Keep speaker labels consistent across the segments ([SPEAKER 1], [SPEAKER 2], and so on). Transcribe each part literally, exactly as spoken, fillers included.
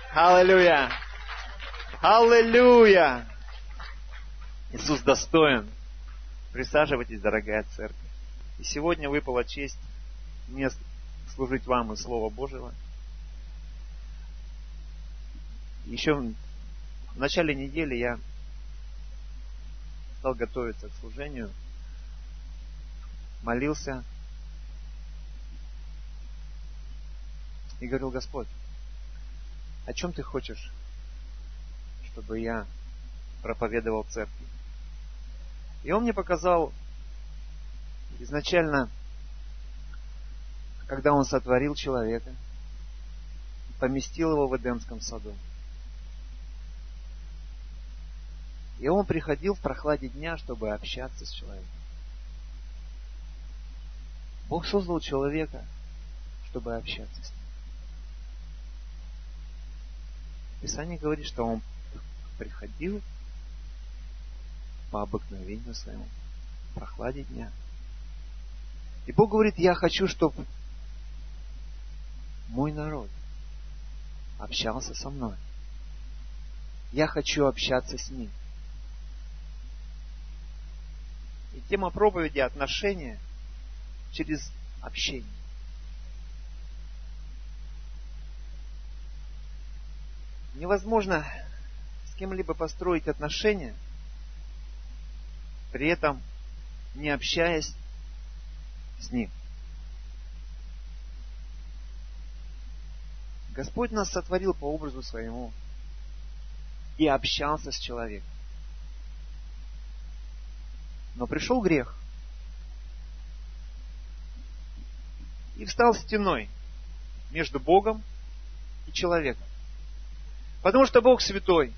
[SPEAKER 1] Аллилуйя! Аллилуйя! Иисус достоин. Присаживайтесь, дорогая церковь. И сегодня выпала честь мне служить вам из Слова Божьего. Еще в начале недели я стал готовиться к служению, молился и говорил: Господь, о чем Ты хочешь, чтобы я проповедовал в церкви? И Он мне показал изначально, когда Он сотворил человека, поместил его в Эдемском саду. И Он приходил в прохладе дня, чтобы общаться с человеком. Бог создал человека, чтобы общаться с ним. Писание говорит, что Он приходил по обыкновению своему, в прохладе дня. И Бог говорит: я хочу, чтобы мой народ общался со мной. Я хочу общаться с ним. И тема проповеди — отношения через общение. Невозможно с кем-либо построить отношения, при этом не общаясь с ним. Господь нас сотворил по образу своему и общался с человеком. Но пришел грех и встал стеной между Богом и человеком. Потому что Бог святой,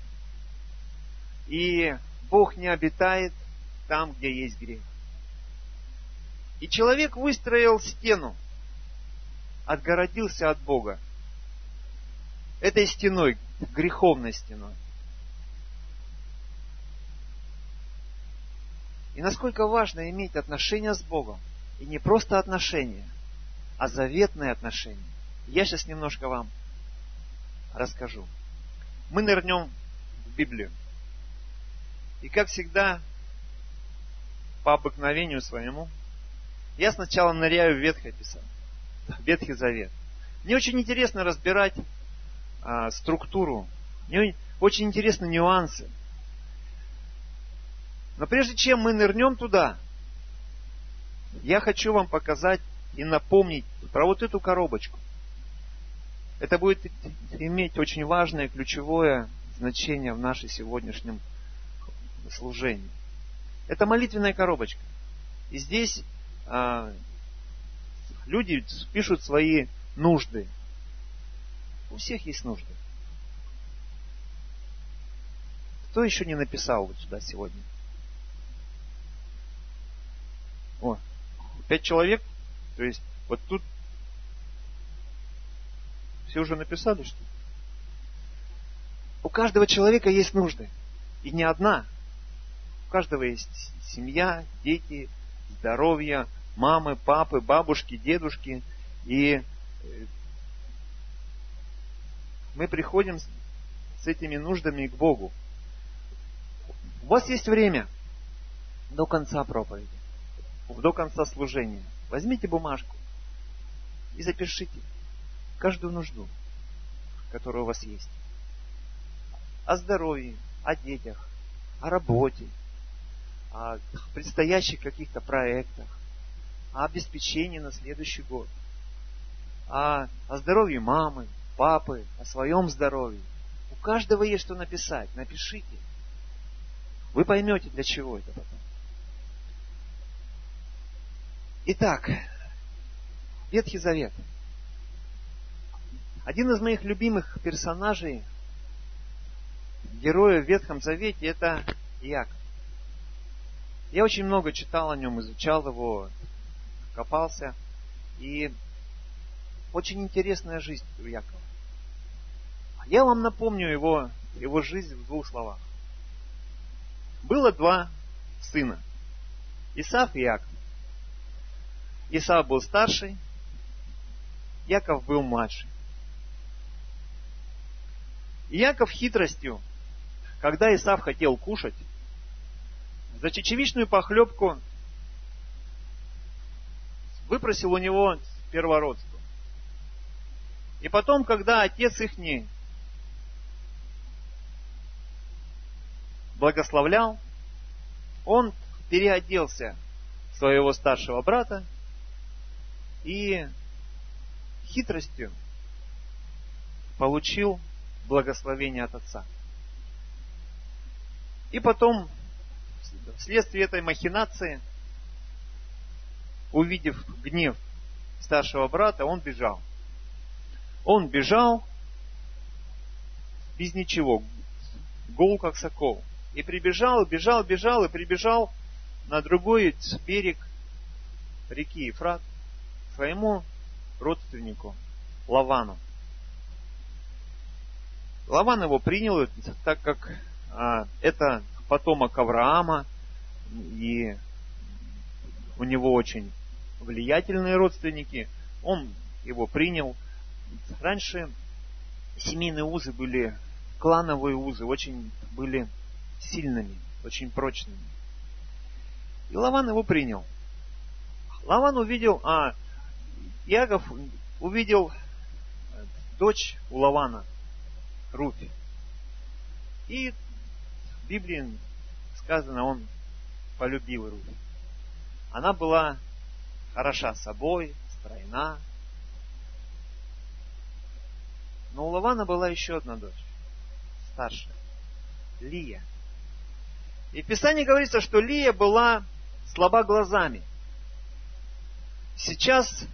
[SPEAKER 1] и Бог не обитает там, где есть грех. И человек выстроил стену, отгородился от Бога этой стеной, греховной стеной. И насколько важно иметь отношения с Богом. И не просто отношения, а заветные отношения. Я сейчас немножко вам расскажу. Мы нырнем в Библию. И как всегда, по обыкновению своему, я сначала ныряю в Ветхое Писание, в Ветхий Завет. Мне очень интересно разбирать а, структуру. Мне очень интересны нюансы. Но прежде чем мы нырнем туда, я хочу вам показать и напомнить про вот эту коробочку. Это будет иметь очень важное, ключевое значение в нашем сегодняшнем служении. Это молитвенная коробочка. И здесь а, люди пишут свои нужды. У всех есть нужды. Кто еще не написал вот сюда сегодня? О, пять человек. То есть вот тут все уже написали, что ли? У каждого человека есть нужды. И не одна. У каждого есть семья, дети, здоровье, мамы, папы, бабушки, дедушки. И мы приходим с этими нуждами к Богу. У вас есть время до конца проповеди, до конца служения. Возьмите бумажку и запишите каждую нужду, которая у вас есть. О здоровье, о детях, о работе, о предстоящих каких-то проектах, о обеспечении на следующий год, о, о здоровье мамы, папы, о своем здоровье. У каждого есть что написать. Напишите. Вы поймете, для чего это потом. Итак, Ветхий Завет. Один из моих любимых персонажей, героя в Ветхом Завете, это Иаков. Я очень много читал о нем, изучал его, копался. И очень интересная жизнь у Иакова. Я вам напомню его, его жизнь в двух словах. Было два сына. Исав и Иаков. Исав был старший, Иаков был младший. И Яков хитростью, когда Исав хотел кушать, за чечевичную похлебку выпросил у него первородство. И потом, когда отец ихний благословлял, он переоделся в своего старшего брата и хитростью получил благословение от отца. И потом, вследствие этой махинации, увидев гнев старшего брата, он бежал. Он бежал без ничего, гол как сокол. И прибежал, бежал, бежал, и прибежал на другой берег реки Ефрат к своему родственнику Лавану. Лаван его принял, так как а, это потомок Авраама, и у него очень влиятельные родственники. Он его принял. Раньше семейные узы были, клановые узы, очень были сильными, очень прочными. И Лаван его принял. Лаван увидел, а Иаков увидел дочь у Лавана, Рут. И в Библии сказано, он полюбил Рут. Она была хороша собой, стройна. Но у Лавана была еще одна дочь, старшая, Лия. И в Писании говорится, что Лия была слаба глазами. Сейчас,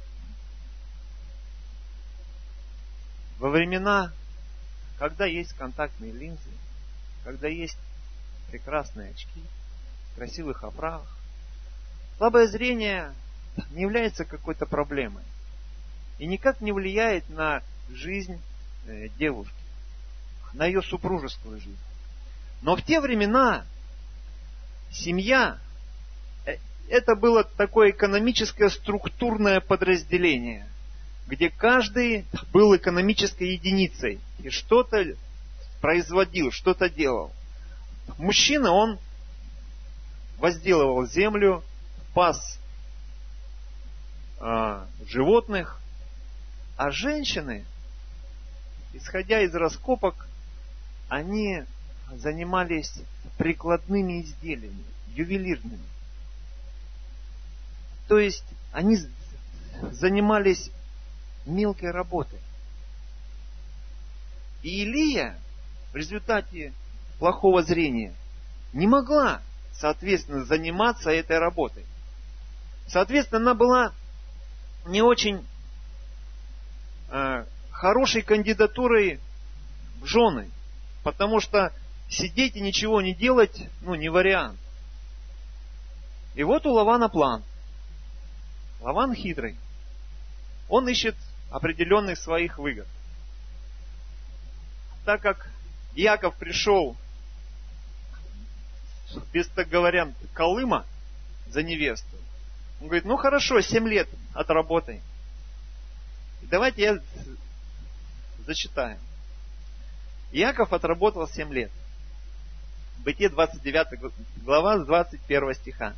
[SPEAKER 1] во времена, когда есть контактные линзы, когда есть прекрасные очки, в красивых оправах, слабое зрение не является какой-то проблемой и никак не влияет на жизнь девушки, на ее супружескую жизнь. Но в те времена семья — это было такое экономическое структурное подразделение, где каждый был экономической единицей и что-то производил, что-то делал. Мужчина, он возделывал землю, пас э, животных, а женщины, исходя из раскопок, они занимались прикладными изделиями, ювелирными. То есть они занимались мелкой работой. И Илия в результате плохого зрения не могла, соответственно, заниматься этой работой. Соответственно, она была не очень э, хорошей кандидатурой в жены, потому что сидеть и ничего не делать, ну, не вариант. И вот у Лавана план. Лаван хитрый. Он ищет определенных своих выгод. Так как Иаков пришел без, так говоря, Колыма за невесту, он говорит, ну хорошо, семь лет отработай. И давайте я зачитаю. Иаков отработал семь лет. Бытие двадцать девятая глава с двадцать первого стиха.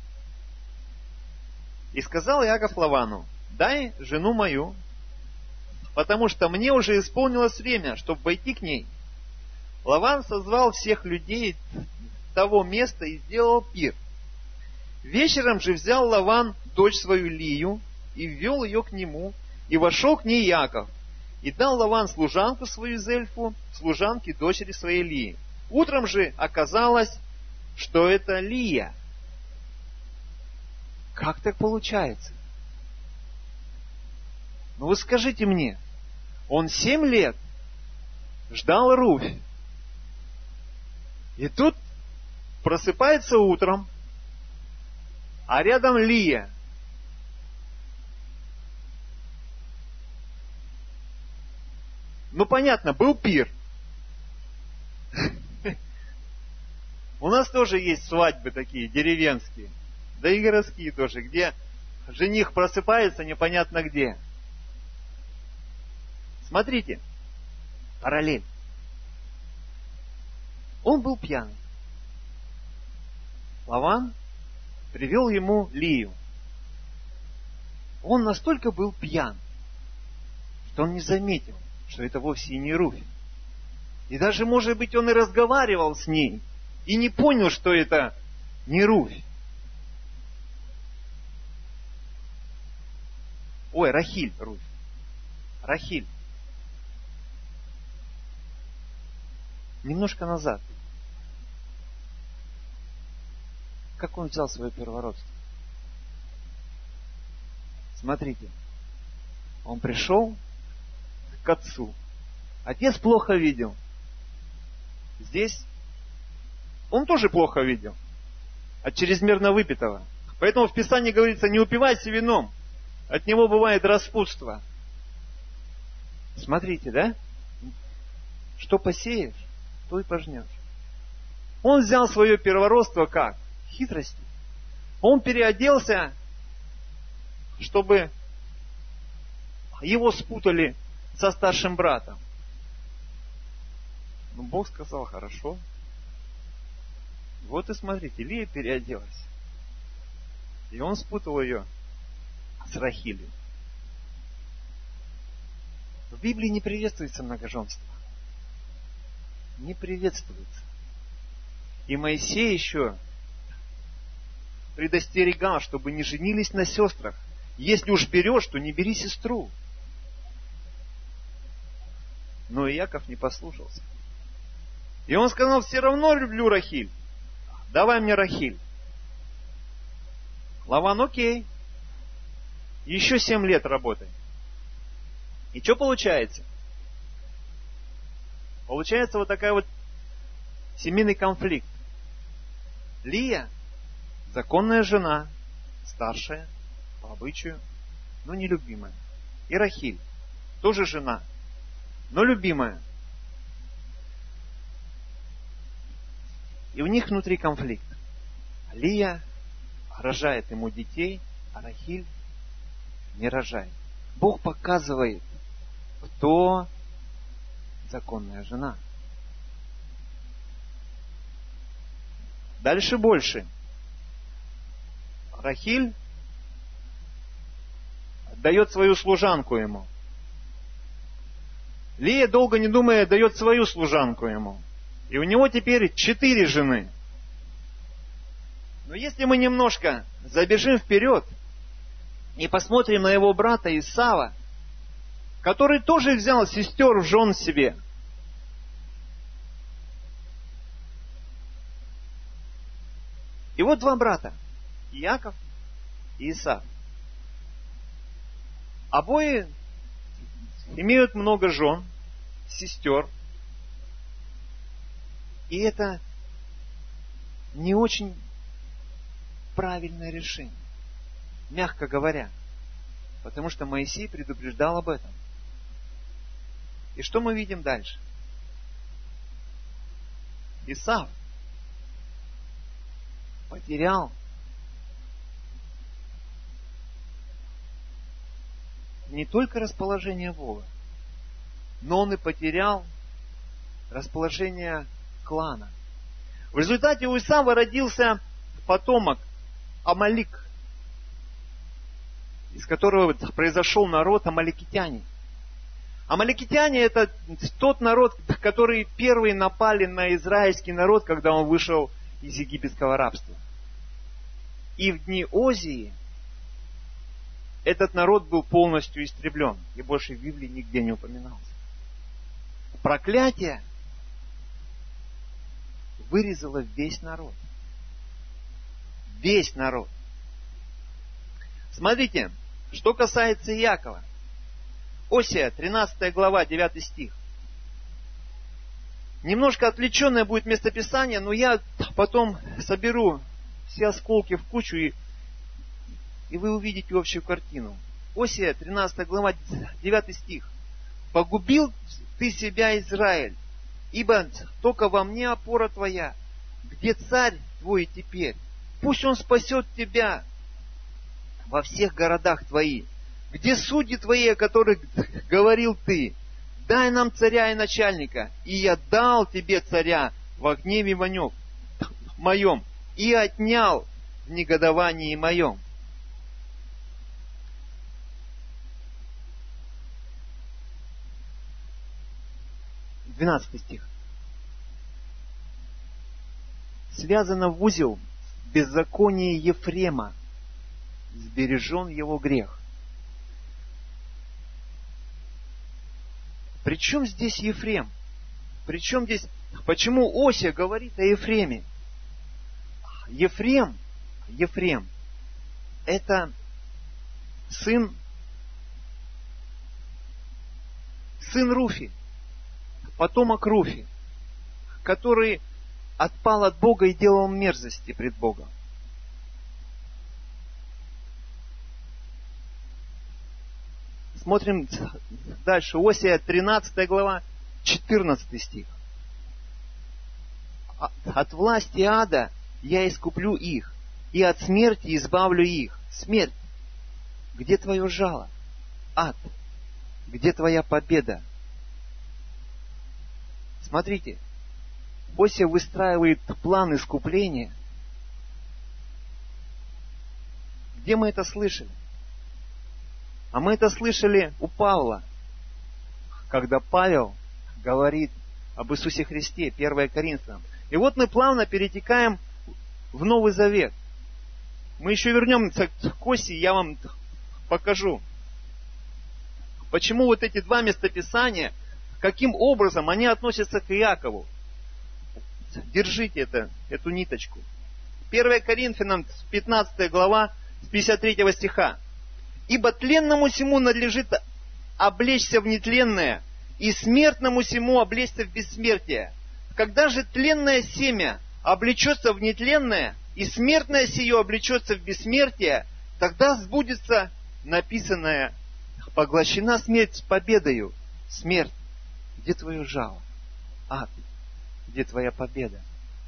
[SPEAKER 1] И сказал Иаков Лавану, дай жену мою, потому что мне уже исполнилось время, чтобы войти к ней. Лаван созвал всех людей того места и сделал пир. Вечером же взял Лаван дочь свою Лию и ввел ее к нему, и вошел к ней Иаков. И дал Лаван служанку свою Зельфу, служанке дочери своей Лии. Утром же оказалось, что это Лия. Как так получается? Ну вы скажите мне, он семь лет ждал Руфь. И тут просыпается утром, а рядом Лия. Ну понятно, был пир. У нас тоже есть свадьбы такие, деревенские. Да и городские тоже, где жених просыпается непонятно где. Смотрите, параллель. Он был пьяный. Лаван привел ему Лию. Он настолько был пьян, что он не заметил, что это вовсе и не Руфь. И даже, может быть, он и разговаривал с ней, и не понял, что это не Руфь. Ой, Рахиль, Руфь. Рахиль. Немножко назад. Как он взял свое первородство? Смотрите. Он пришел к отцу. Отец плохо видел. Здесь он тоже плохо видел. От чрезмерно выпитого. Поэтому в Писании говорится, не упивайся вином. От него бывает распутство. Смотрите, да? Что посеешь, то и пожнешь. Он взял свое первородство как? Хитростью. Он переоделся, чтобы его спутали со старшим братом. Но Бог сказал, хорошо. Вот и смотрите, Лия переоделась. И он спутал ее с Рахилью. В Библии не приветствуется многоженство. Не приветствуется. И Моисей еще предостерегал, чтобы не женились на сестрах. Если уж берешь, то не бери сестру. Но Иаков не послушался. И он сказал, все равно люблю Рахиль. Давай мне Рахиль. Лаван, окей. Еще семь лет работай. И что получается? Получается вот такая вот семейный конфликт. Лия, законная жена, старшая, по обычаю, но нелюбимая. И Рахиль, тоже жена, но любимая. И у них внутри конфликт. Лия рожает ему детей, а Рахиль не рожает. Бог показывает, кто законная жена. Дальше больше. Рахиль дает свою служанку ему. Лия, долго не думая, дает свою служанку ему. И у него теперь четыре жены. Но если мы немножко забежим вперед и посмотрим на его брата Исава, который тоже взял сестер в жен себе. И вот два брата, Иаков и Исав. Обои имеют много жен, сестер. И это не очень правильное решение, мягко говоря. Потому что Моисей предупреждал об этом. И что мы видим дальше? Исав потерял не только расположение Бога, но он и потерял расположение клана. В результате у Исава родился потомок Амалик, из которого произошел народ амаликитяне. Амаликитяне — это тот народ, который первые напали на израильский народ, когда он вышел из египетского рабства. И в дни Озии этот народ был полностью истреблен и больше в Библии нигде не упоминался. Проклятие вырезало весь народ. Весь народ. Смотрите, что касается Иакова. Осия, тринадцатая глава, девятый стих. Немножко отвлеченное будет местописание, но я потом соберу все осколки в кучу, и, и вы увидите общую картину. Осия, тринадцатая глава, девятый стих. «Погубил ты себя, Израиль, ибо только во мне опора твоя. Где царь твой теперь? Пусть он спасет тебя во всех городах твоих. Где судьи твои, о которых говорил ты? Дай нам царя и начальника, и я дал тебе царя во гневе вонев моем и отнял в негодовании моем. Двенадцатый стих. Связано в узел беззаконие Ефрема, сбережен его грех. Причем здесь Ефрем? Причем здесь, почему Осия говорит о Ефреме? Ефрем, Ефрем, это сын, сын Руфи, потомок Руфи, который отпал от Бога и делал мерзости пред Богом. Смотрим дальше. Осия, тринадцатая глава, четырнадцатый стих. От власти ада я искуплю их, и от смерти избавлю их. Смерть, где твое жало? Ад, где твоя победа? Смотрите, Осия выстраивает план искупления. Где мы это слышали? А мы это слышали у Павла, когда Павел говорит об Иисусе Христе, первое Коринфянам. И вот мы плавно перетекаем в Новый Завет. Мы еще вернемся к Осии, я вам покажу, почему вот эти два местописания, каким образом они относятся к Иакову. Держите это, эту ниточку. первое Коринфянам, пятнадцатая глава, с пятьдесят третьего стиха. «Ибо тленному сему надлежит облечься в нетленное, и смертному сему облечься в бессмертие. Когда же тленное семя облечется в нетленное, и смертное сие облечется в бессмертие, тогда сбудется написанное: поглощена смерть с победою. Смерть, где твое жало? Ад, где твоя победа?»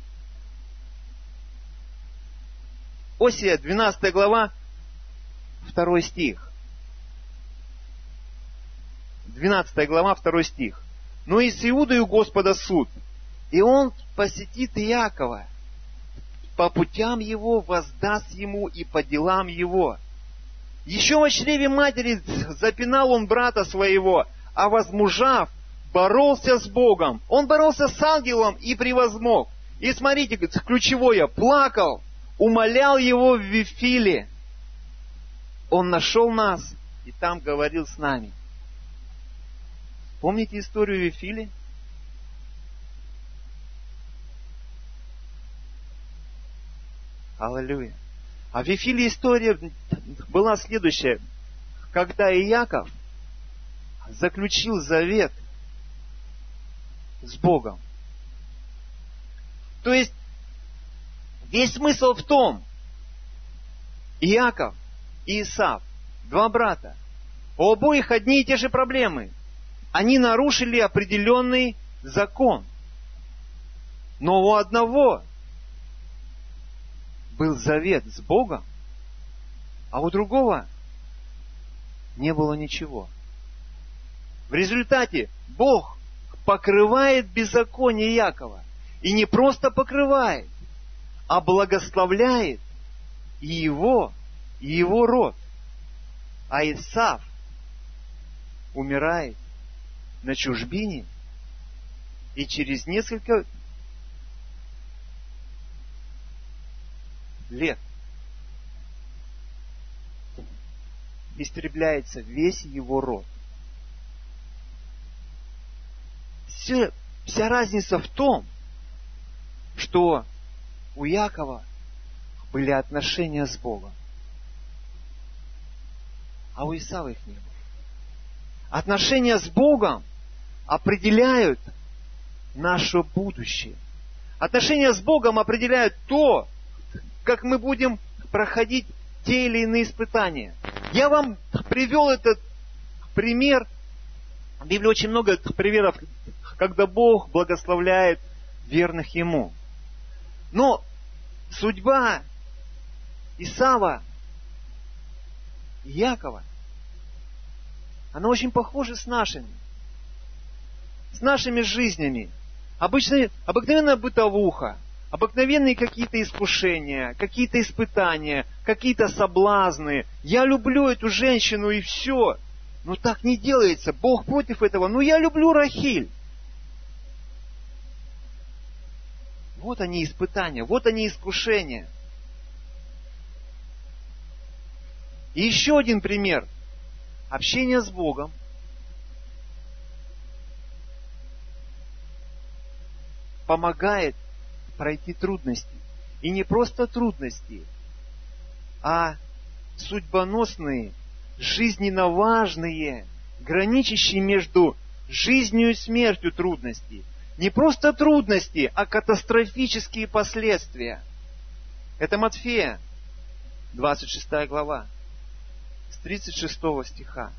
[SPEAKER 1] Осия, двенадцатая глава, второй стих. двенадцатая глава, второй стих. «Но и с Иудою Господа суд, и он посетит Иакова, по путям его воздаст ему и по делам его. Еще во чреве матери запинал он брата своего, а возмужав, боролся с Богом. Он боролся с ангелом и превозмог». И смотрите, ключевое, плакал, умолял его в Вифиле. Он нашел нас и там говорил с нами. Помните историю Вифили? Аллилуйя. А в Вифиле история была следующая. Когда Иаков заключил завет с Богом. То есть, весь смысл в том, Иаков и Исав, два брата, у обоих одни и те же проблемы. Они нарушили определенный закон. Но у одного был завет с Богом, а у другого не было ничего. В результате Бог покрывает беззаконие Иакова. И не просто покрывает, а благословляет и его, и его род. А Исав умирает на чужбине, и через несколько лет истребляется весь его род. Все, вся разница в том, что у Иакова были отношения с Богом, а у Исава их не было. Отношения с Богом определяют наше будущее. Отношения с Богом определяют то, как мы будем проходить те или иные испытания. Я вам привел этот пример. В Библии очень много примеров, когда Бог благословляет верных Ему. Но судьба Исава и Иакова, она очень похожа с нашими. С нашими жизнями. Обычно, обыкновенная бытовуха, обыкновенные какие-то искушения, какие-то испытания, какие-то соблазны. Я люблю эту женщину и все. Но так не делается. Бог против этого. Но я люблю Рахиль. Вот они испытания, вот они искушения. И еще один пример. Общение с Богом. Помогает пройти трудности. И не просто трудности, а судьбоносные, жизненно важные, граничащие между жизнью и смертью трудности. Не просто трудности, а катастрофические последствия. Это Матфея, двадцать шестая глава, с тридцать шестого стиха.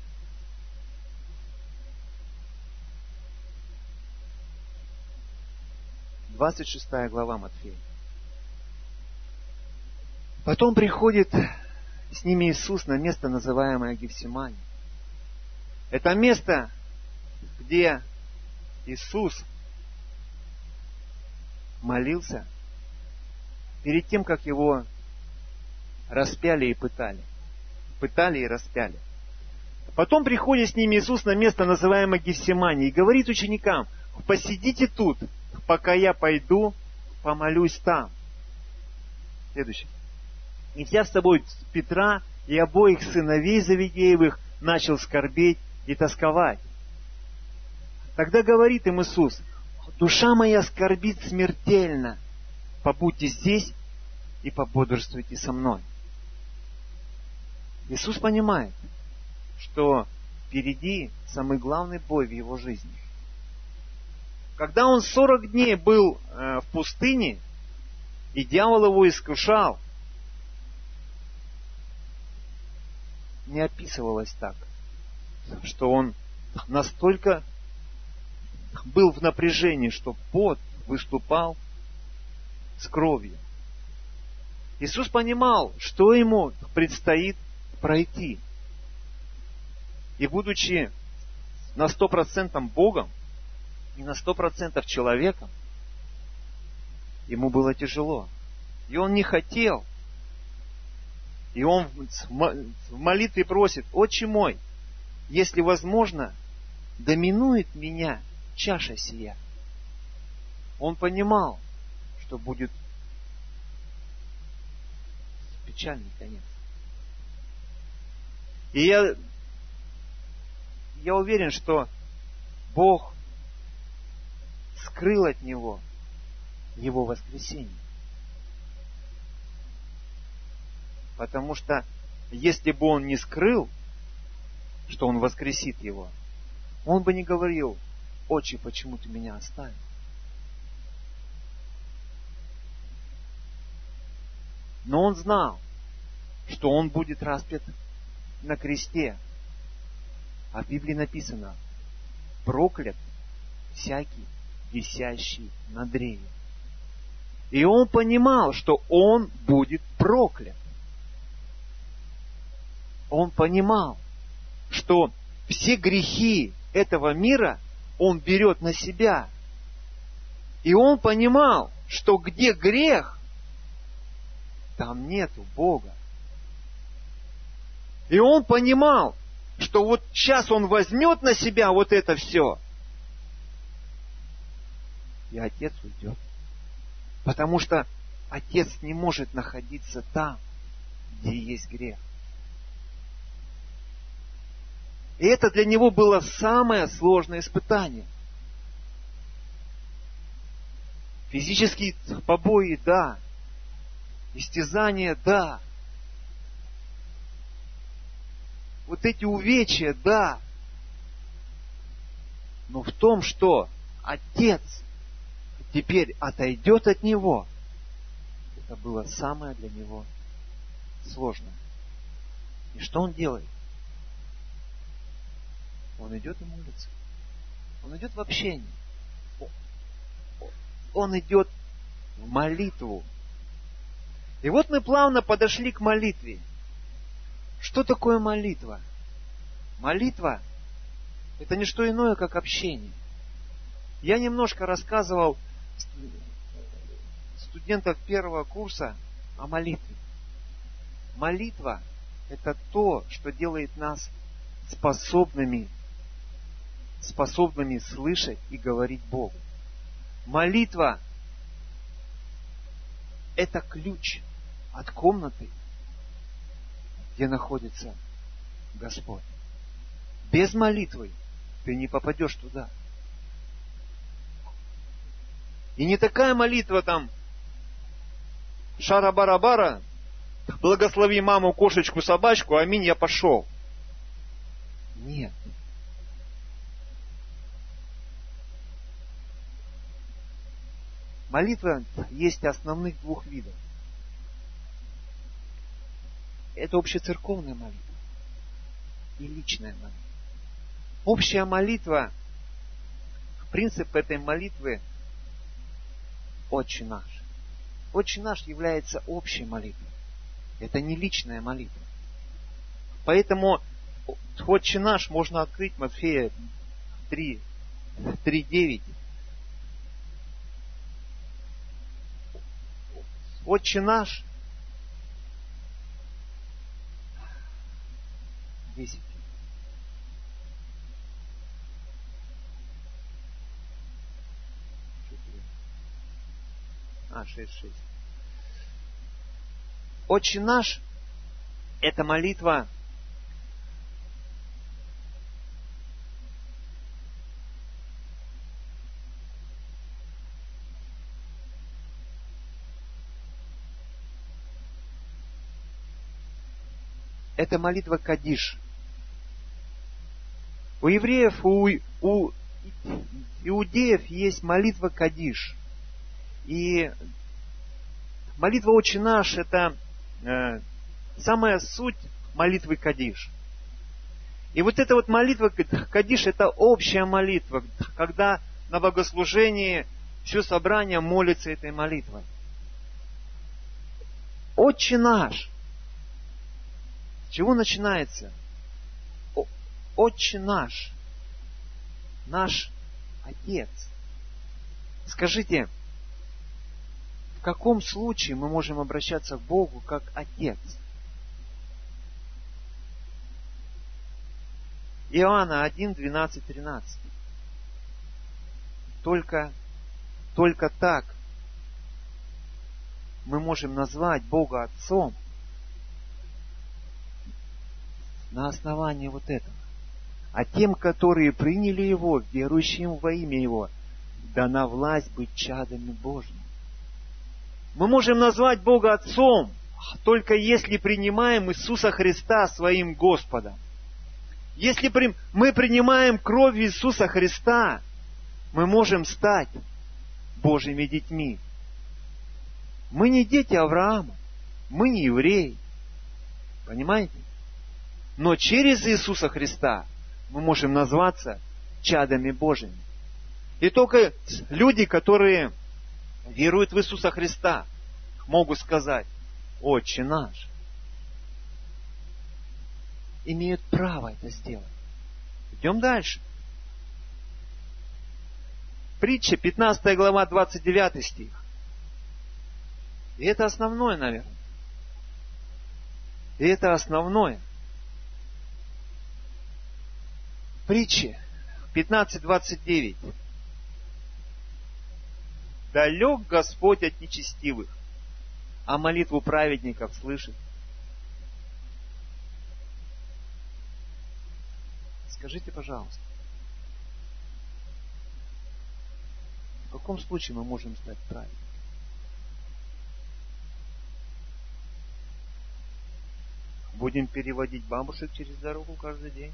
[SPEAKER 1] двадцать шестая глава Матфея. Потом приходит с ними Иисус на место, называемое Гефсимани. Это место, где Иисус молился перед тем, как его распяли и пытали. Пытали и распяли. Потом приходит с ними Иисус на место, называемое Гефсимани, и говорит ученикам: посидите тут, пока я пойду, помолюсь там. Следующее. И взяв с собой Петра и обоих сыновей Завидеевых, начал скорбеть и тосковать. Тогда говорит им Иисус: душа моя скорбит смертельно, побудьте здесь и пободрствуйте со мной. Иисус понимает, что впереди самый главный бой в его жизни. Когда он сорок дней был в пустыне, и дьявол его искушал, не описывалось так, что он настолько был в напряжении, что пот выступал с кровью. Иисус понимал, что ему предстоит пройти. И будучи на сто процентов Богом и на сто процентов человеком, ему было тяжело. И он не хотел. И он в молитве просит: Отче мой, если возможно, доминует меня чаша сия. Он понимал, что будет печальный конец. И я, я уверен, что Бог скрыл от него его воскресение. Потому что если бы он не скрыл, что он воскресит его, он бы не говорил: Отче, почему ты меня оставил? Но он знал, что он будет распят на кресте. А в Библии написано: проклят всякий, висящий на древе. И он понимал, что он будет проклят. Он понимал, что все грехи этого мира он берет на себя. И он понимал, что где грех, там нету Бога. И он понимал, что вот сейчас он возьмет на себя вот это все, и Отец уйдет. Потому что Отец не может находиться там, где есть грех. И это для него было самое сложное испытание. Физические побои, да. Истязания, да. Вот эти увечья, да. Но в том, что Отец теперь отойдет от него, это было самое для него сложное. И что он делает? Он идет и молится. Он идет в общение. Он идет в молитву. И вот мы плавно подошли к молитве. Что такое молитва? Молитва – это не что иное, как общение. Я немножко рассказывал студентам первого курса о молитве. Молитва – это то, что делает нас способными, способными слышать и говорить Богу. Молитва – это ключ от комнаты, где находится Господь. Без молитвы ты не попадешь туда. И не такая молитва там шара-бара-бара, благослови маму, кошечку, собачку, аминь, я пошел. Нет. Молитва есть основных двух видов. Это общецерковная молитва и личная молитва. Общая молитва, принцип этой молитвы «Отче наш». «Отче наш» является общей молитвой. Это не личная молитва. Поэтому «Отче наш» можно открыть Матфея три, три девять. «Отче наш» десять. А, шесть, шесть. «Отче наш» — это молитва, это молитва Кадиш. У евреев, у, у иудеев есть молитва Кадиш. И молитва «Отче наш» — это э, самая суть молитвы Кадиш. И вот эта вот молитва Кадиш — это общая молитва, когда на богослужении все собрание молится этой молитвой. «Отче наш». С чего начинается? «Отче наш». Наш Отец. Скажите, в каком случае мы можем обращаться к Богу как Отец? Иоанна один, двенадцать, тринадцать. Только, только так мы можем назвать Бога Отцом на основании вот этого. А тем, которые приняли Его, верующим во имя Его, дана власть быть чадами Божьими. Мы можем назвать Бога Отцом, только если принимаем Иисуса Христа своим Господом. Если мы принимаем кровь Иисуса Христа, мы можем стать Божьими детьми. Мы не дети Авраама, мы не евреи. Понимаете? Но через Иисуса Христа мы можем назваться чадами Божьими. И только люди, которые веруют в Иисуса Христа, могут сказать: «Отче наш». Имеют право это сделать. Идем дальше. Притча, пятнадцатая глава, двадцать девятый стих. И это основное, наверное. И это основное. Притча, пятнадцать, двадцать девять. «Далек Господь от нечестивых, а молитву праведников слышит». Скажите, пожалуйста, в каком случае мы можем стать праведниками? Будем переводить бабушек через дорогу каждый день?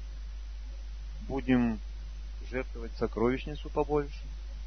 [SPEAKER 1] Будем жертвовать сокровищницу побольше?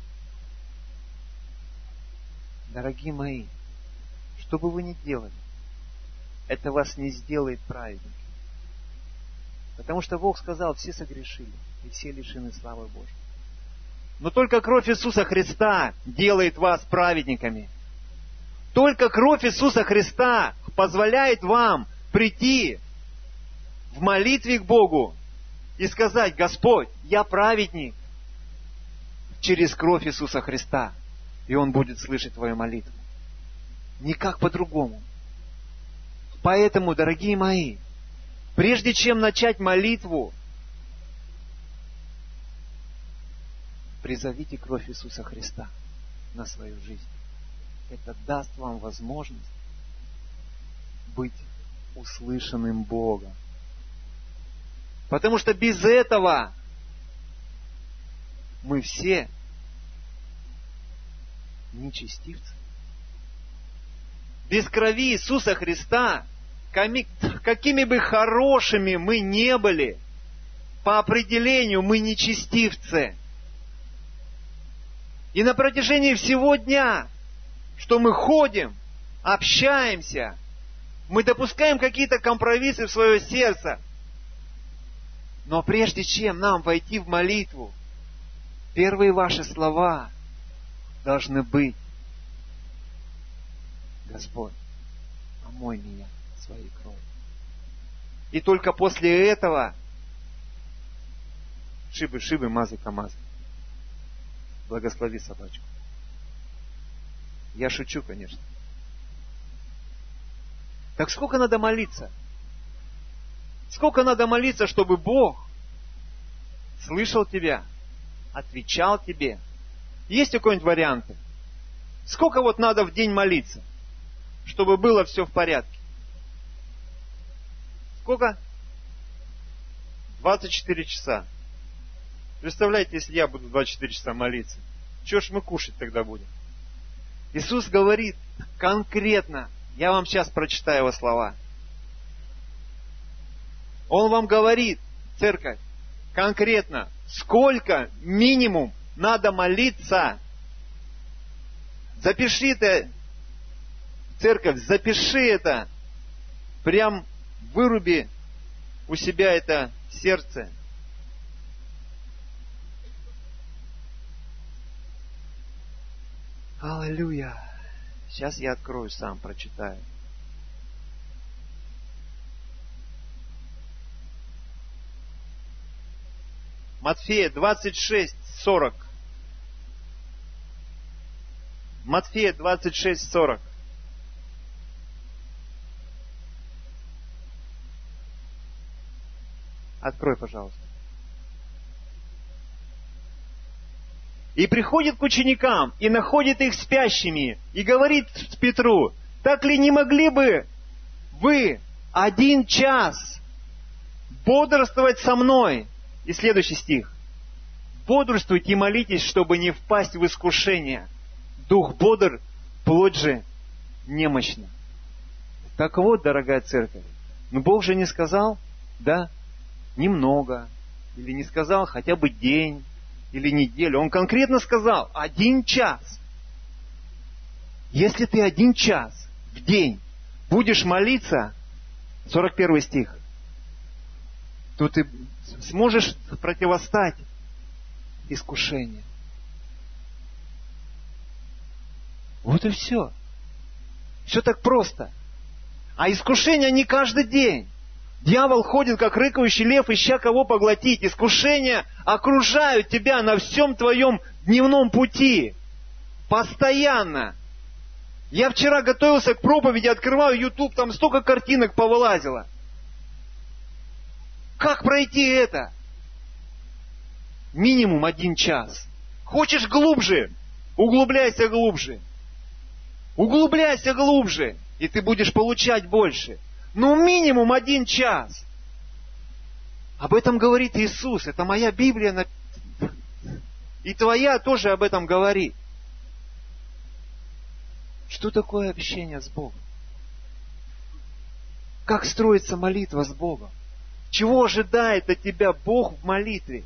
[SPEAKER 1] Дорогие мои, что бы вы ни делали, это вас не сделает праведниками. Потому что Бог сказал: все согрешили, и все лишены славы Божьей. Но только кровь Иисуса Христа делает вас праведниками. Только кровь Иисуса Христа позволяет вам прийти в молитве к Богу и сказать: Господь, я праведник. через кровь Иисуса Христа. И Он будет слышать твою молитву. Никак по-другому. Поэтому, дорогие мои, прежде чем начать молитву, призовите кровь Иисуса Христа на свою жизнь. Это даст вам возможность быть услышанным Богом. Потому что без этого мы все нечестивцы. Без крови Иисуса Христа, какими бы хорошими мы не были, по определению мы нечестивцы. И на протяжении всего дня, что мы ходим, общаемся, мы допускаем какие-то компромиссы в свое сердце. Но прежде чем нам войти в молитву, первые ваши слова должны быть: Господь, омой меня своей кровью. И только после этого шибы-шибы, мазы-камазы. Благослови собачку. Я шучу, конечно. Так сколько надо молиться? Сколько надо молиться, чтобы Бог слышал тебя, отвечал тебе? Есть какой-нибудь вариант? Сколько вот надо в день молиться, чтобы было все в порядке? Сколько? двадцать четыре часа. Представляете, если я буду двадцать четыре часа молиться, что ж мы кушать тогда будем? Иисус говорит конкретно, я вам сейчас прочитаю Его слова. Он вам говорит, церковь, конкретно, сколько минимум надо молиться. Запиши это, церковь, запиши это. Прям выруби у себя это сердце. Аллилуйя. Сейчас я открою сам, прочитаю. Матфея двадцать шесть сорок. Матфея двадцать шесть сорок. Открой, пожалуйста. И приходит к ученикам, и находит их спящими, и говорит Петру: так ли не могли бы вы один час бодрствовать со мной? И следующий стих. Бодрствуйте и молитесь, чтобы не впасть в искушение. Дух бодр, плоть же немощна. Так вот, дорогая церковь, но Бог же не сказал, да, немного, или не сказал хотя бы день, или неделю. Он конкретно сказал, один час. Если ты один час в день будешь молиться, сорок первый стих, то ты сможешь противостать искушению. Вот и все. Все так просто. А искушения не каждый день. Дьявол ходит, как рыкающий лев, ища кого поглотить. Искушения окружают тебя на всем твоем дневном пути. Постоянно. Я вчера готовился к проповеди, открываю YouTube, там столько картинок повылазило. Как пройти это? Минимум один час. Хочешь глубже? Углубляйся глубже. Углубляйся глубже, и ты будешь получать больше. Ну, минимум один час. Об этом говорит Иисус. Это моя Библия. И твоя тоже об этом говорит. Что такое общение с Богом? Как строится молитва с Богом? Чего ожидает от тебя Бог в молитве?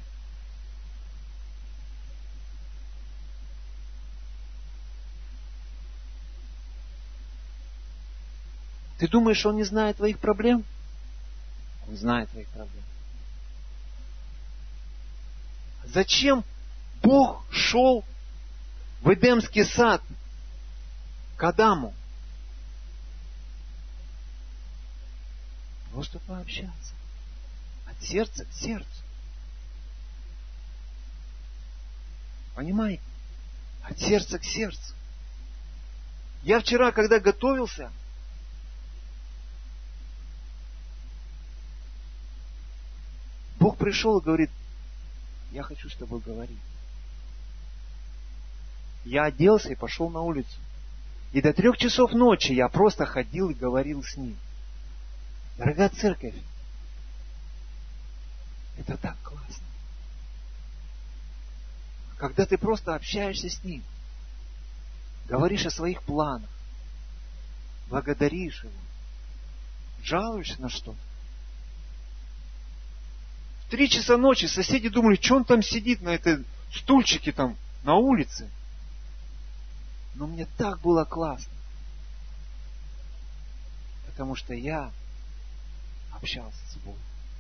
[SPEAKER 1] Ты думаешь, Он не знает твоих проблем? Он знает твоих проблем. Зачем Бог шел в Эдемский сад к Адаму? Просто пообщаться. От сердца к сердцу. Понимаете? От сердца к сердцу. Я вчера, когда готовился, Бог пришел и говорит, я хочу с тобой говорить. Я оделся и пошел на улицу. И до трех часов ночи я просто ходил и говорил с Ним. Дорогая церковь, это так классно. Когда ты просто общаешься с Ним, говоришь о своих планах, благодаришь Его, жалуешься на что-то. В три часа ночи соседи думали, что он там сидит на этой стульчике там на улице. Но мне так было классно. Потому что я общался с Богом.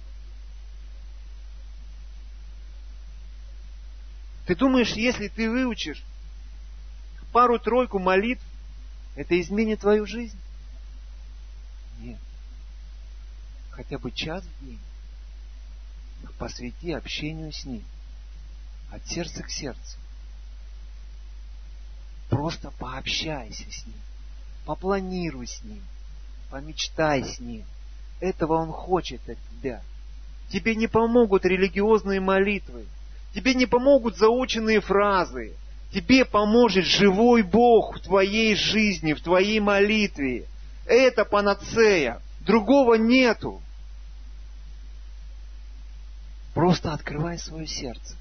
[SPEAKER 1] Ты думаешь, если ты выучишь пару-тройку молитв, это изменит твою жизнь? Нет. Хотя бы час в день посвяти общению с Ним. От сердца к сердцу. Просто пообщайся с Ним. Попланируй с Ним. Помечтай с Ним. Этого Он хочет от тебя. Тебе не помогут религиозные молитвы. Тебе не помогут заученные фразы. Тебе поможет живой Бог в твоей жизни, в твоей молитве. Это панацея. Другого нету. Просто открывай свое сердце.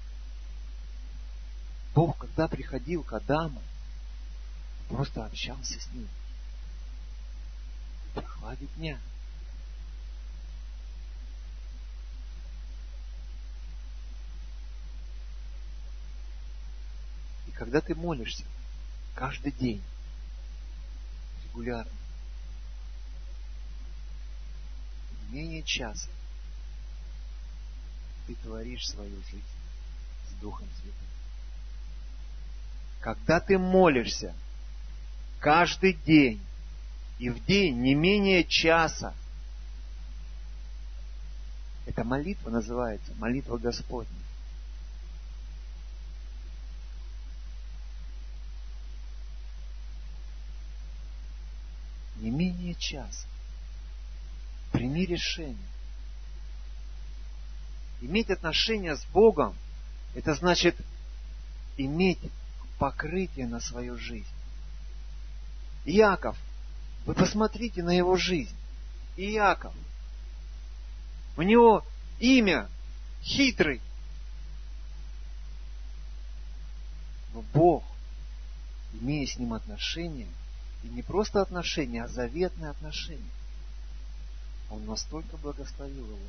[SPEAKER 1] Бог, когда приходил к Адаму, просто общался с ним. В прохладе дня. И когда ты молишься каждый день, регулярно, не менее часа, ты творишь свою жизнь с Духом Святым. Когда ты молишься каждый день и в день не менее часа, эта молитва называется молитва Господня. Не менее часа. Прими решение. Иметь отношения с Богом, это значит иметь покрытие на свою жизнь. Иаков, вы посмотрите на его жизнь. Иаков, у него имя хитрый. Но Бог, имея с ним отношения, и не просто отношения, а заветные отношения, Он настолько благословил его,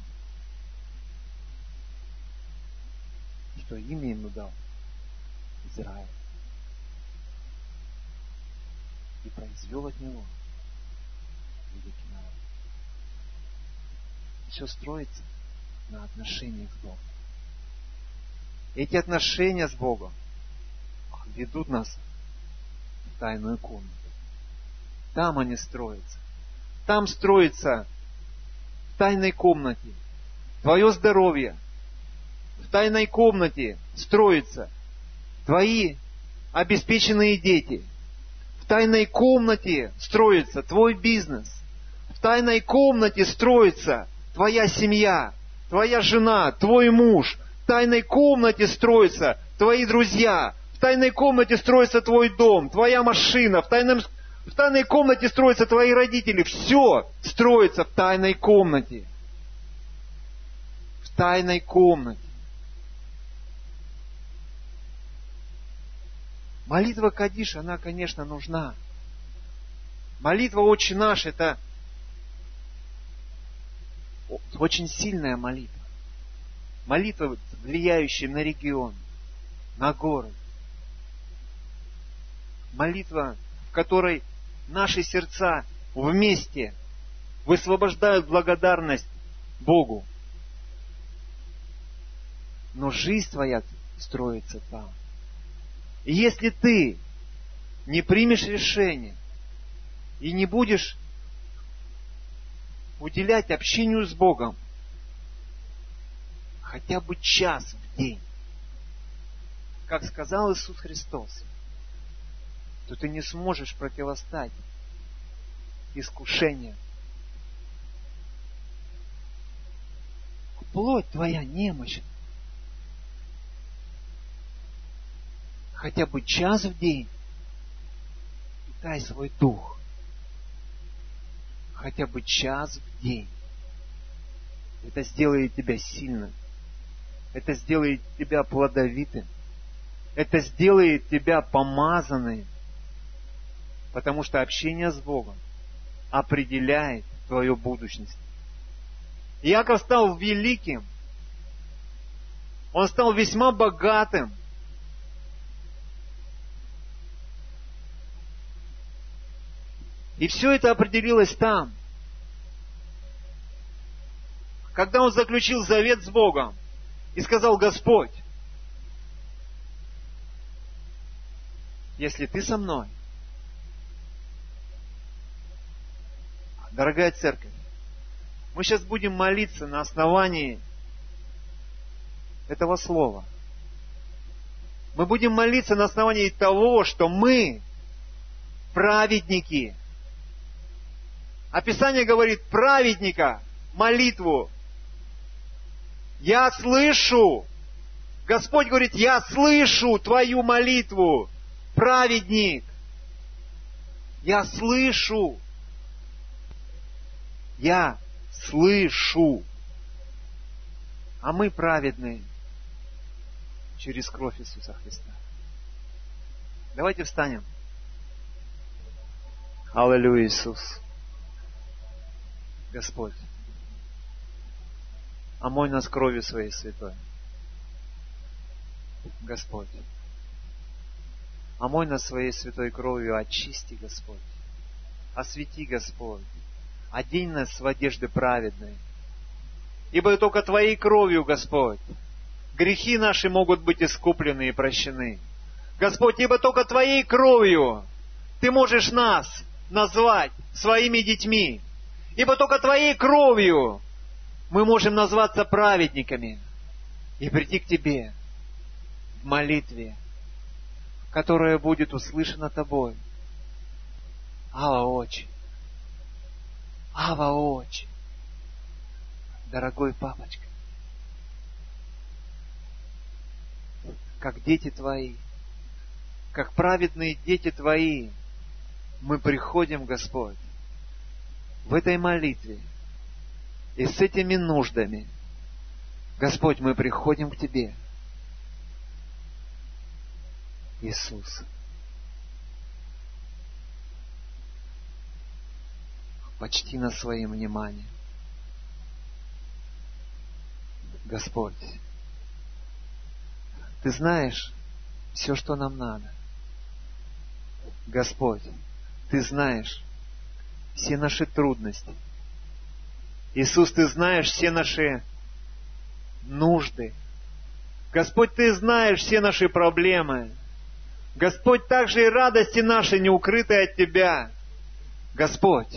[SPEAKER 1] что имя ему дал Израиль. И произвел от него великий народ. Все строится на отношениях с Богом. Эти отношения с Богом ведут нас в тайную комнату. Там они строятся. Там строится в тайной комнате твое здоровье. В тайной комнате строятся твои обеспеченные дети. В тайной комнате строится твой бизнес. В тайной комнате строится твоя семья, твоя жена, твой муж. В тайной комнате строятся твои друзья. В тайной комнате строится твой дом, твоя машина. В, тайном, в тайной комнате строятся твои родители. Все строится в тайной комнате. В тайной комнате. Молитва Кадиш, она, конечно, нужна. Молитва Отче наш, это очень сильная молитва. Молитва, влияющая на регион, на город. Молитва, в которой наши сердца вместе высвобождают благодарность Богу. Но жизнь твоя строится там. И если ты не примешь решение и не будешь уделять общению с Богом хотя бы час в день, как сказал Иисус Христос, то ты не сможешь противостать искушению. Плоть твоя немощна. Хотя бы час в день питай свой дух. Хотя бы час в день. Это сделает тебя сильным. Это сделает тебя плодовитым. Это сделает тебя помазанным. Потому что общение с Богом определяет твою будущность. Иаков стал великим. Он стал весьма богатым. И все это определилось там. Когда он заключил завет с Богом и сказал: Господь, если ты со мной, дорогая церковь, мы сейчас будем молиться на основании этого слова. Мы будем молиться на основании того, что мы праведники. А Писание говорит: праведника, молитву я слышу. Господь говорит: я слышу твою молитву, праведник. Я слышу. Я слышу. А мы праведные через кровь Иисуса Христа. Давайте встанем. Аллилуйя, Иисус. Господь, омой нас кровью Своей святой. Господь, омой нас Своей святой кровью, очисти, Господь. Освети, Господь. Одень нас в одежды праведные. Ибо только Твоей кровью, Господь, грехи наши могут быть искуплены и прощены. Господь, ибо только Твоей кровью Ты можешь нас назвать своими детьми. Ибо только Твоей кровью мы можем назваться праведниками и прийти к Тебе в молитве, которая будет услышана Тобой. Ава очи, Ава очи, дорогой папочка, как дети Твои, как праведные дети Твои, мы приходим, Господь, в этой молитве и с этими нуждами. Господь, мы приходим к Тебе. Иисус, почти нас своим вниманием. Господь, Ты знаешь все, что нам надо. Господь, Ты знаешь все наши трудности. Иисус, Ты знаешь все наши нужды. Господь, Ты знаешь все наши проблемы. Господь, также и радости наши не укрыты от Тебя. Господь,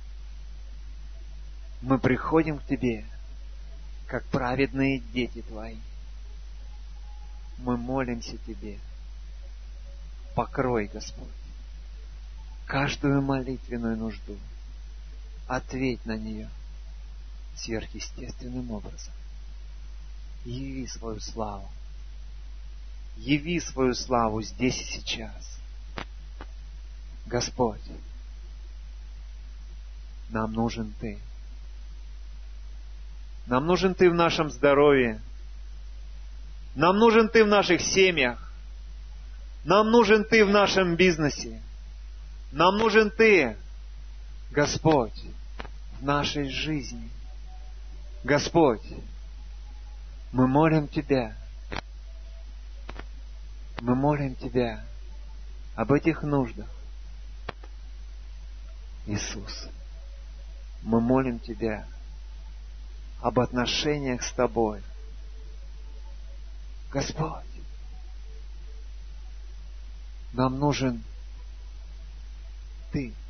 [SPEAKER 1] мы приходим к Тебе, как праведные дети Твои. Мы молимся Тебе. Покрой, Господь, каждую молитвенную нужду. Ответь на нее сверхъестественным образом. Яви свою славу. Яви свою славу здесь и сейчас. Господь, нам нужен Ты. Нам нужен Ты в нашем здоровье. Нам нужен Ты в наших семьях. Нам нужен Ты в нашем бизнесе. Нам нужен Ты, Господь, в нашей жизни. Господь, мы молим Тебя. Мы молим Тебя об этих нуждах. Иисус, мы молим Тебя об отношениях с Тобой. Господь, нам нужен Ты.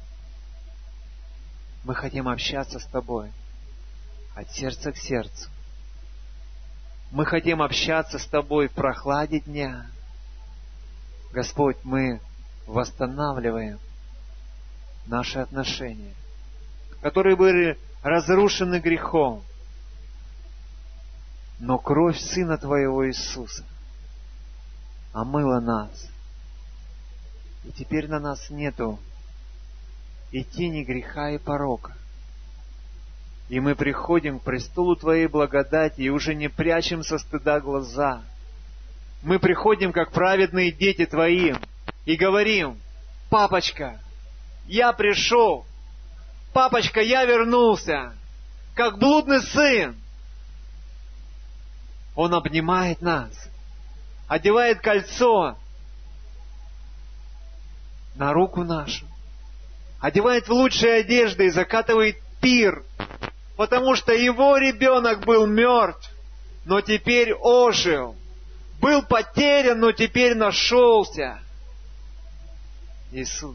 [SPEAKER 1] Мы хотим общаться с Тобой от сердца к сердцу. Мы хотим общаться с Тобой в прохладе дня. Господь, мы восстанавливаем наши отношения, которые были разрушены грехом. Но кровь Сына Твоего Иисуса омыла нас. И теперь на нас нету и тени греха и порока. И мы приходим к престолу Твоей благодати и уже не прячем со стыда глаза. Мы приходим, как праведные дети Твои, и говорим: «Папочка, я пришел! Папочка, я вернулся! Как блудный сын!» Он обнимает нас, одевает кольцо на руку нашу, одевает в лучшие одежды и закатывает пир, потому что его ребенок был мертв, но теперь ожил, был потерян, но теперь нашелся. Иисус,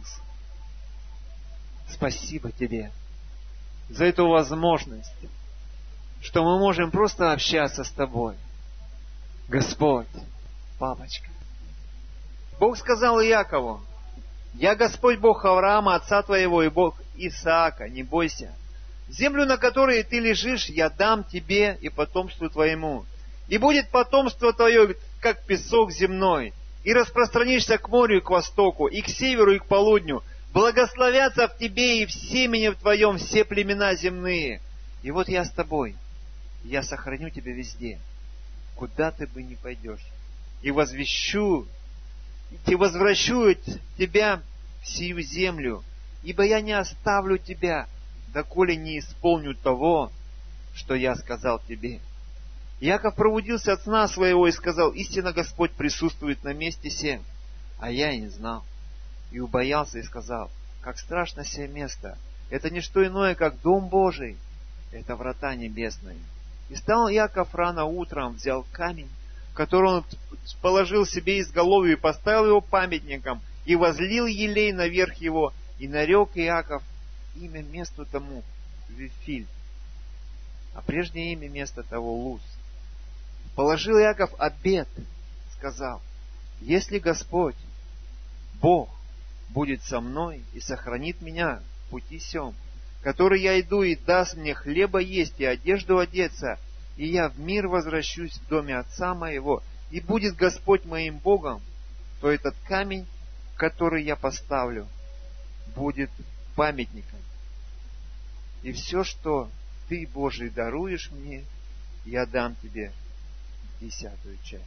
[SPEAKER 1] спасибо Тебе за эту возможность, что мы можем просто общаться с Тобой. Господь, папочка. Бог сказал Иакову: «Я Господь Бог Авраама, отца твоего, и Бог Исаака, не бойся. Землю, на которой ты лежишь, я дам тебе и потомству твоему. И будет потомство твое, как песок земной, и распространишься к морю и к востоку, и к северу, и к полудню. Благословятся в тебе и в семени в твоем все племена земные. И вот я с тобой, я сохраню тебя везде, куда ты бы ни пойдешь, и возвещу, и возвращу тебя в сию землю, ибо я не оставлю тебя, доколе не исполню того, что я сказал тебе». Иаков пробудился от сна своего и сказал: «Истинно Господь присутствует на месте сем, а я и не знал». И убоялся и сказал: «Как страшно сие место! Это не что иное, как дом Божий, это врата небесные». И стал Иаков рано утром, взял камень, который он положил себе изголовье, и поставил его памятником, и возлил елей наверх его, и нарек Иаков имя месту тому Вифиль, а прежнее имя места того Луз. Положил Иаков обет, сказал: «Если Господь, Бог, будет со мной и сохранит меня в пути сем, который я иду, и даст мне хлеба есть и одежду одеться, и я в мир возвращусь в доме отца моего, и будет Господь моим Богом, то этот камень, который я поставлю, будет памятником. И все, что Ты, Божий, даруешь мне, я дам Тебе десятую часть».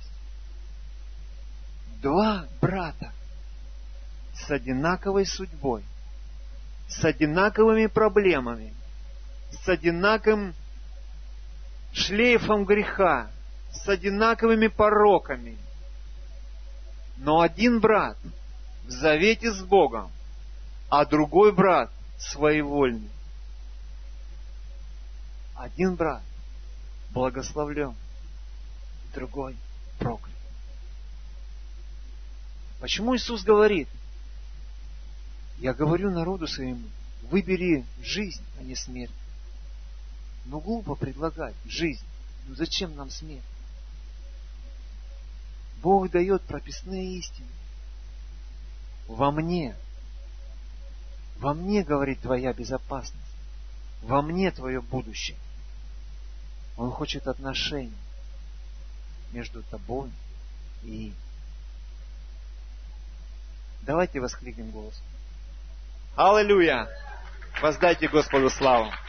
[SPEAKER 1] Два брата с одинаковой судьбой, с одинаковыми проблемами, с одинаковым шлейфом греха, с одинаковыми пороками. Но один брат в завете с Богом, а другой брат своевольный. Один брат благословлен, другой проклят. Почему Иисус говорит: «Я говорю народу своему, выбери жизнь, а не смерть». Но глупо предлагать жизнь. Ну зачем нам смерть? Бог дает прописные истины. Во мне, во мне, говорит, твоя безопасность. Во мне твое будущее. Он хочет отношений между тобой и им. Давайте воскликнем голосом. Аллилуйя! Воздайте Господу славу!